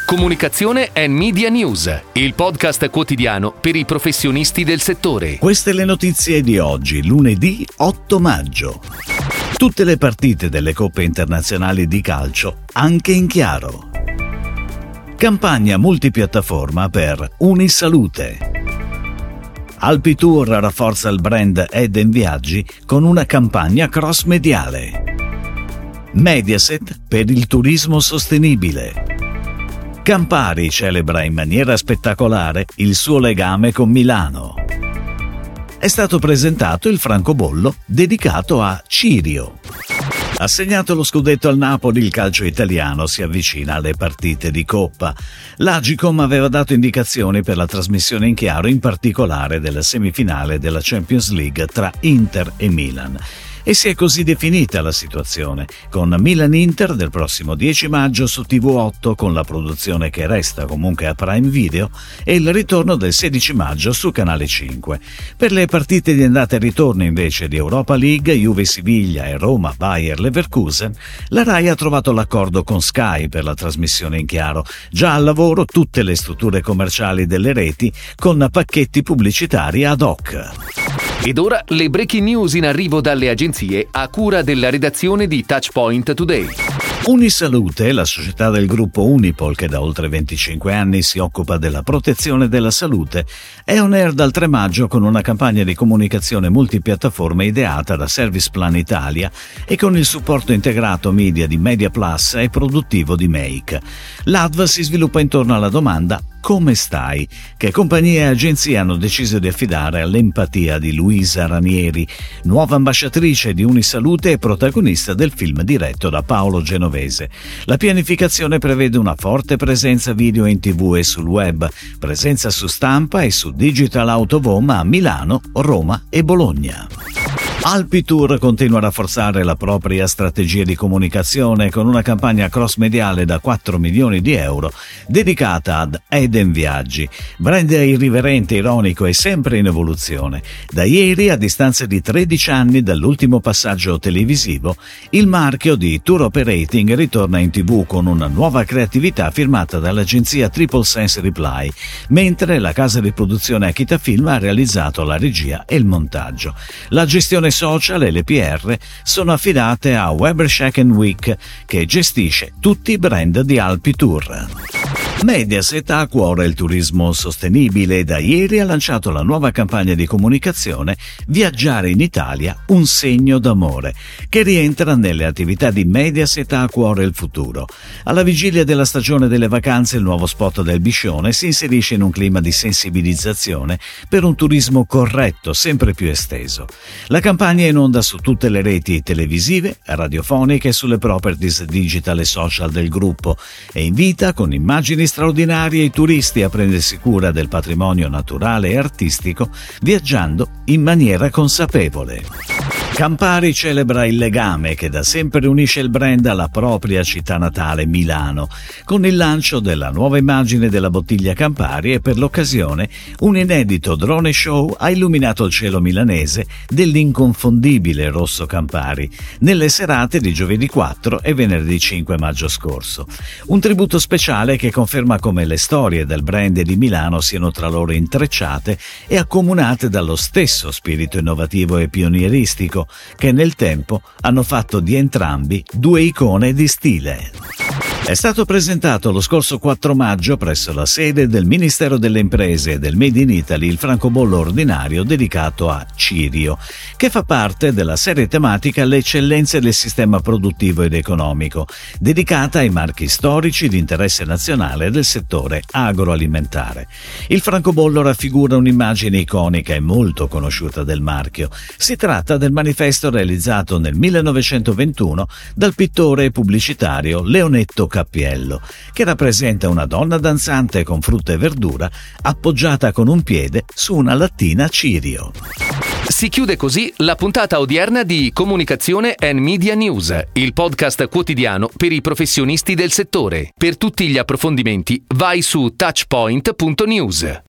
Comunicazione and Media News, il podcast quotidiano per i professionisti del settore. Queste le notizie di oggi, lunedì 8 maggio. Tutte le partite delle coppe internazionali di calcio, anche in chiaro. Campagna multipiattaforma per Unisalute. Alpi Tour rafforza il brand Eden Viaggi con una campagna cross-mediale. Mediaset per il turismo sostenibile. Campari celebra in maniera spettacolare il suo legame con Milano. È stato presentato il francobollo dedicato a Cirio. Assegnato lo scudetto al Napoli, il calcio italiano si avvicina alle partite di Coppa. L'Agicom aveva dato indicazioni per la trasmissione in chiaro, in particolare della semifinale della Champions League tra Inter e Milan. E si è così definita la situazione, con Milan-Inter del prossimo 10 maggio su TV8 con la produzione che resta comunque a Prime Video e il ritorno del 16 maggio su Canale 5. Per le partite di andata e ritorno invece di Europa League, Juve Siviglia e Roma Bayer Leverkusen, la Rai ha trovato l'accordo con Sky per la trasmissione in chiaro. Già al lavoro tutte le strutture commerciali delle reti con pacchetti pubblicitari ad hoc. Ed ora le breaking news in arrivo dalle agenzie a cura della redazione di Touchpoint Today. Unisalute, la società del gruppo Unipol che da oltre 25 anni si occupa della protezione della salute, è on air dal 3 maggio con una campagna di comunicazione multipiattaforma ideata da Service Plan Italia e con il supporto integrato media di Media Plus e produttivo di Make. L'ADV si sviluppa intorno alla domanda "Come stai?", che compagnie e agenzie hanno deciso di affidare all'empatia di Luisa Ranieri, nuova ambasciatrice di Unisalute e protagonista del film diretto da Paolo Genovese. La pianificazione prevede una forte presenza video in TV e sul web, presenza su stampa e su Digital Out of Home a Milano, Roma e Bologna. Alpi Tour continua a rafforzare la propria strategia di comunicazione con una campagna cross-mediale da 4 milioni di euro dedicata ad Eden Viaggi, brand irriverente, ironico e sempre in evoluzione. Da ieri, a distanza di 13 anni dall'ultimo passaggio televisivo, il marchio di Tour Operating ritorna in TV con una nuova creatività firmata dall'agenzia Triple Sense Reply, mentre la casa di produzione Akita Film ha realizzato la regia e il montaggio. La gestione social e le PR sono affidate a Weber Shack & Week, che gestisce tutti i brand di Alpi Tour. Mediaset ha a cuore il turismo sostenibile e da ieri ha lanciato la nuova campagna di comunicazione Viaggiare in Italia, un segno d'amore, che rientra nelle attività di Mediaset ha a cuore il futuro. Alla vigilia della stagione delle vacanze, il nuovo spot del Biscione si inserisce in un clima di sensibilizzazione per un turismo corretto, sempre più esteso. La campagna è in onda su tutte le reti televisive, radiofoniche e sulle properties digital e social del gruppo e invita con immagini straordinarie i turisti a prendersi cura del patrimonio naturale e artistico viaggiando in maniera consapevole. Campari celebra il legame che da sempre unisce il brand alla propria città natale, Milano, con il lancio della nuova immagine della bottiglia Campari e per l'occasione un inedito drone show ha illuminato il cielo milanese dell'inconfondibile rosso Campari nelle serate di giovedì 4 e venerdì 5 maggio scorso. Un tributo speciale che conferma come le storie del brand di Milano siano tra loro intrecciate e accomunate dallo stesso spirito innovativo e pionieristico che nel tempo hanno fatto di entrambi due icone di stile. È stato presentato lo scorso 4 maggio presso la sede del Ministero delle Imprese e del Made in Italy il francobollo ordinario dedicato a Cirio, che fa parte della serie tematica Le eccellenze del sistema produttivo ed economico, dedicata ai marchi storici di interesse nazionale del settore agroalimentare. Il francobollo raffigura un'immagine iconica e molto conosciuta del marchio. Si tratta del manifesto realizzato nel 1921 dal pittore e pubblicitario Leonetto Cappiello, che rappresenta una donna danzante con frutta e verdura appoggiata con un piede su una lattina Cirio. Si chiude così la puntata odierna di Comunicazione and Media News, il podcast quotidiano per i professionisti del settore. Per tutti gli approfondimenti vai su touchpoint.news.